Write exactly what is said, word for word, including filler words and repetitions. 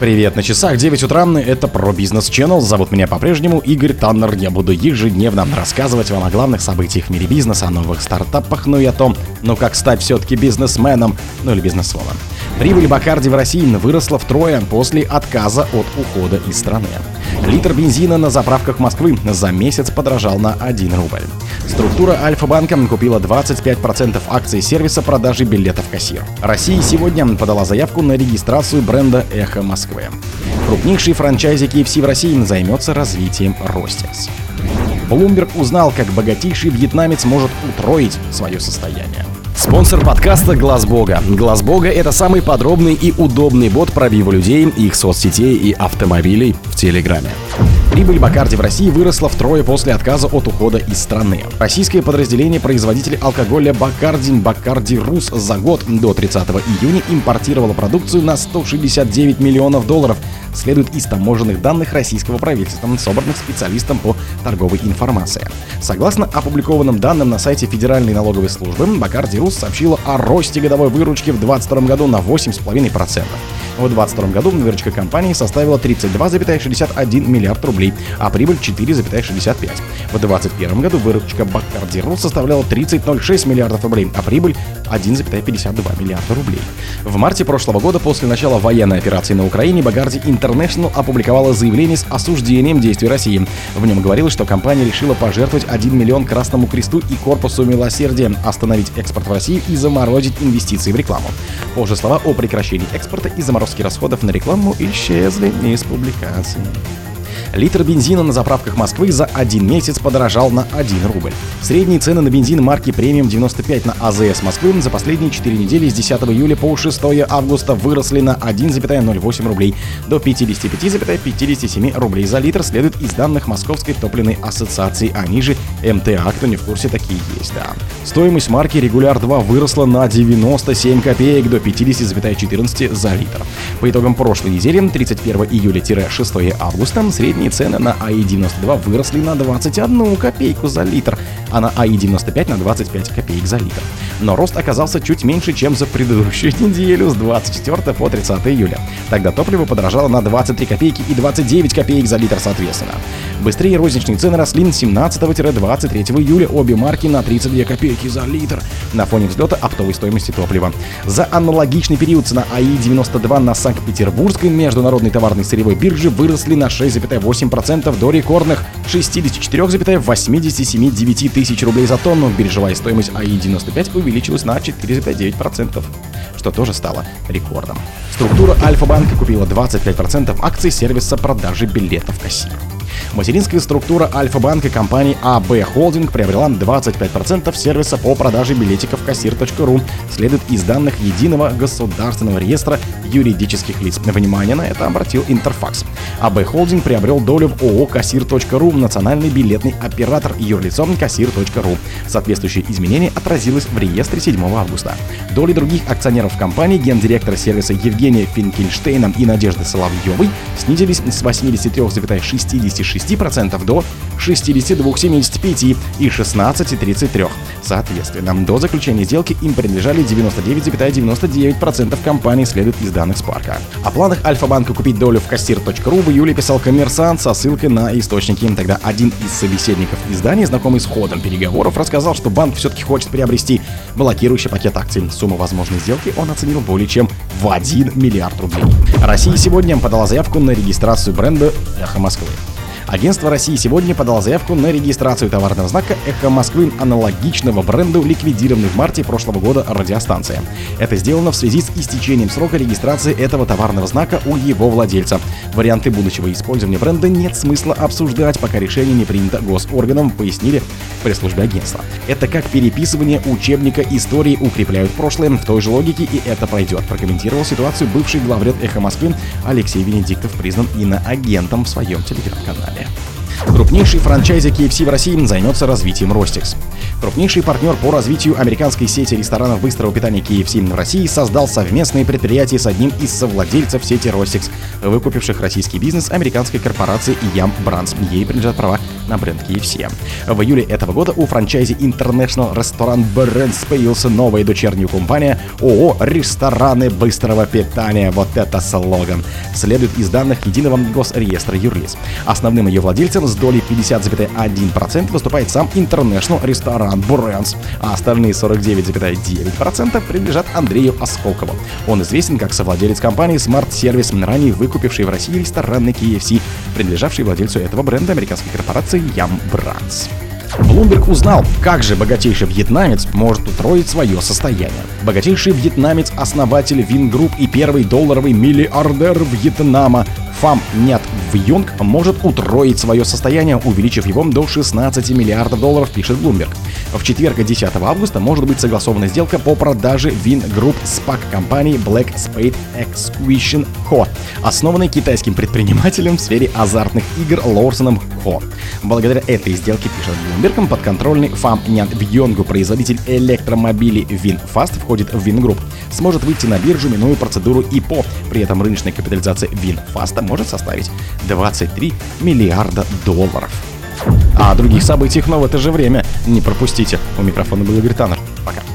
Привет, на часах девять утра, это про бизнес Channel. Зовут меня по-прежнему Игорь Таннер. Я буду ежедневно рассказывать вам о главных событиях в мире бизнеса, о новых стартапах, ну и о том, ну как стать все-таки бизнесменом, ну или бизнесвомен. Прибыль Бакарди в России выросла втрое после отказа от ухода из страны. Литр бензина на заправках Москвы за месяц подорожал на один рубль. Структура Альфа-банка купила двадцать пять процентов акций сервиса продажи билетов «Кассир». Россия сегодня подала заявку на регистрацию бренда «Эхо Москвы». Крупнейший франчайзи кей эф си в России займется развитием Ростикс. Bloomberg узнал, как богатейший вьетнамец может утроить свое состояние. Спонсор подкаста — Глаз Бога. Глаз Бога — это самый подробный и удобный бот пробива людей, их соцсетей и автомобилей в Телеграме. Прибыль Бакарди в России выросла втрое после отказа от ухода из страны. Российское подразделение производителя алкоголя Бакарди Бакарди Рус за год до тридцатого июня импортировало продукцию на сто шестьдесят девять миллионов долларов, следует из таможенных данных российского правительства, собранных специалистом по торговой информации. Согласно опубликованным данным на сайте Федеральной налоговой службы, Бакарди Рус сообщила о росте годовой выручки в две тысячи двадцать втором году на восемь целых пять десятых процента. В две тысячи двадцать втором году выручка компании составила тридцать два целых шестьдесят один миллиард рублей, а прибыль четыре целых шестьдесят пять. В две тысячи двадцать первом году выручка Бакарди Рус составляла тридцать целых ноль шесть миллиардов рублей, а прибыль один целых пятьдесят два миллиарда рублей. В марте прошлого года, после начала военной операции на Украине, Бакарди Интернешнл опубликовала заявление с осуждением действий России. В нем говорилось, что компания решила пожертвовать один миллион Красному Кресту и Корпусу Милосердия, остановить экспорт в Россию и заморозить инвестиции в рекламу. Позже слова о прекращении экспорта и заморозке расходов на рекламу исчезли из публикации. Литр бензина на заправках Москвы за один месяц подорожал на один рубль. Средние цены на бензин марки премиум девяносто пять на а зэ эс Москвы за последние четыре недели с десятого июля по шестого августа выросли на один целых ноль восемь рублей до пятьдесят пять целых пятьдесят семь рублей за литр, следует из данных Московской топливной ассоциации, они же эм тэ а, кто не в курсе, такие есть, да. Стоимость марки Регуляр два выросла на девяносто семь копеек до пятьдесят целых четырнадцать за литр. По итогам прошлой недели, тридцать первого июля — шестого августа, средние цены на а и девяносто два выросли на двадцать одну копейку за литр, а на а и девяносто пять на двадцать пять копеек за литр. Но рост оказался чуть меньше, чем за предыдущую неделю с двадцать четвёртого по тридцатое июля. Тогда топливо подорожало на двадцать три копейки и двадцать девять копеек за литр соответственно. Быстрее розничные цены росли с семнадцатого — двадцать третьего июля, обе марки на тридцать две копейки за литр на фоне взлета оптовой стоимости топлива. За аналогичный период цена а и девяносто два на Санкт-Петербургской международной товарной сырьевой бирже выросли на шесть целых восемь десятых процента до рекордных шестьдесят четыре целых восемьдесят семь тысяч рублей за тонну. Биржевая стоимость а и девяносто пять увеличилась на четыре целых девять десятых процента, что тоже стало рекордом. Структура Альфа-банка купила двадцать пять процентов акций сервиса продажи билетов «Кассир». Материнская структура Альфа-банка компании а бэ Холдинг приобрела двадцать пять процентов сервиса по продаже билетиков кассир точка ру, следует из данных Единого государственного реестра юридических лиц. Внимание на это обратил Интерфакс. а бэ Холдинг приобрел долю в ООО «Кассир точка ру», национальный билетный оператор, юрлицом «Кассир точка ру». Соответствующее изменение отразилось в реестре седьмого августа. Доли других акционеров компании, гендиректора сервиса Евгения Финкельштейна и Надежды Соловьевой, снизились с восемьдесят три целых шестьдесят шесть процентов до шестьдесят два целых семьдесят пять процентов и шестнадцать целых тридцать три процента. Соответственно, до заключения сделки им принадлежали девяносто девять целых девяносто девять сотых процента компании, следует из данных Спарка. О планах Альфа-банка купить долю в кассир точка ру в июле писал «Коммерсант» со ссылкой на источники. Тогда один из собеседников издания, знакомый с ходом переговоров, рассказал, что банк все-таки хочет приобрести блокирующий пакет акций. Сумму возможной сделки он оценил более чем в один миллиард рублей. Россия сегодня подала заявку на регистрацию бренда «Эхо Москвы». Агентство России сегодня подало заявку на регистрацию товарного знака «Эхо Москвы», аналогичного бренду, ликвидированной в марте прошлого года радиостанции. Это сделано в связи с истечением срока регистрации этого товарного знака у его владельца. Варианты будущего использования бренда нет смысла обсуждать, пока решение не принято госорганом, пояснили в пресс-службе агентства. Это как переписывание учебника истории укрепляют прошлое, в той же логике и это пройдет, прокомментировал ситуацию бывший главред «Эхо Москвы» Алексей Венедиктов, признан иноагентом в своем телеграм-канале. Крупнейший франчайзи кей эф си в России займется развитием Ростикс. Крупнейший партнер по развитию американской сети ресторанов быстрого питания кей эф си в России создал совместные предприятия с одним из совладельцев сети Ростикс, выкупивших российский бизнес американской корпорации Yum! Brands. Ей принадлежат права на на бренд кей эф си. В июле этого года у франчайзи International Restaurant Brands появился новая дочерняя компания ООО «Рестораны быстрого питания». Вот это слоган. Следует из данных Единого госреестра юрлиц. Основным ее владельцем с долей пятьдесят целых один десятых процента выступает сам International Restaurant Brands, а остальные сорок девять целых девять десятых процента принадлежат Андрею Осколкову. Он известен как совладелец компании Smart Service, ранее выкупивший в России ресторанный кей эф си, принадлежавший владельцу этого бренда американской корпорации Yum Brands. Bloomberg узнал, как же богатейший вьетнамец может утроить свое состояние. Богатейший вьетнамец, основатель Vingroup и первый долларовый миллиардер Вьетнама Фам Нят Вьонг может утроить свое состояние, увеличив его до шестнадцати миллиардов долларов, пишет Bloomberg. В четверг, десятого августа, может быть согласована сделка по продаже Vingroup с пак-компании Black Spade Execution Co., основанной китайским предпринимателем в сфере азартных игр Лорсоном Хо. Благодаря этой сделке, пишет Bloomberg, подконтрольный Фам Нят Вьонгу производитель электромобилей VinFast входит в Vingroup, сможет выйти на биржу, минуя процедуру ай пи о. При этом рыночная капитализация VinFast может составить двадцать три миллиарда долларов. А о других событиях, но в это же время не пропустите. У микрофона был Игорь Таннер. Пока.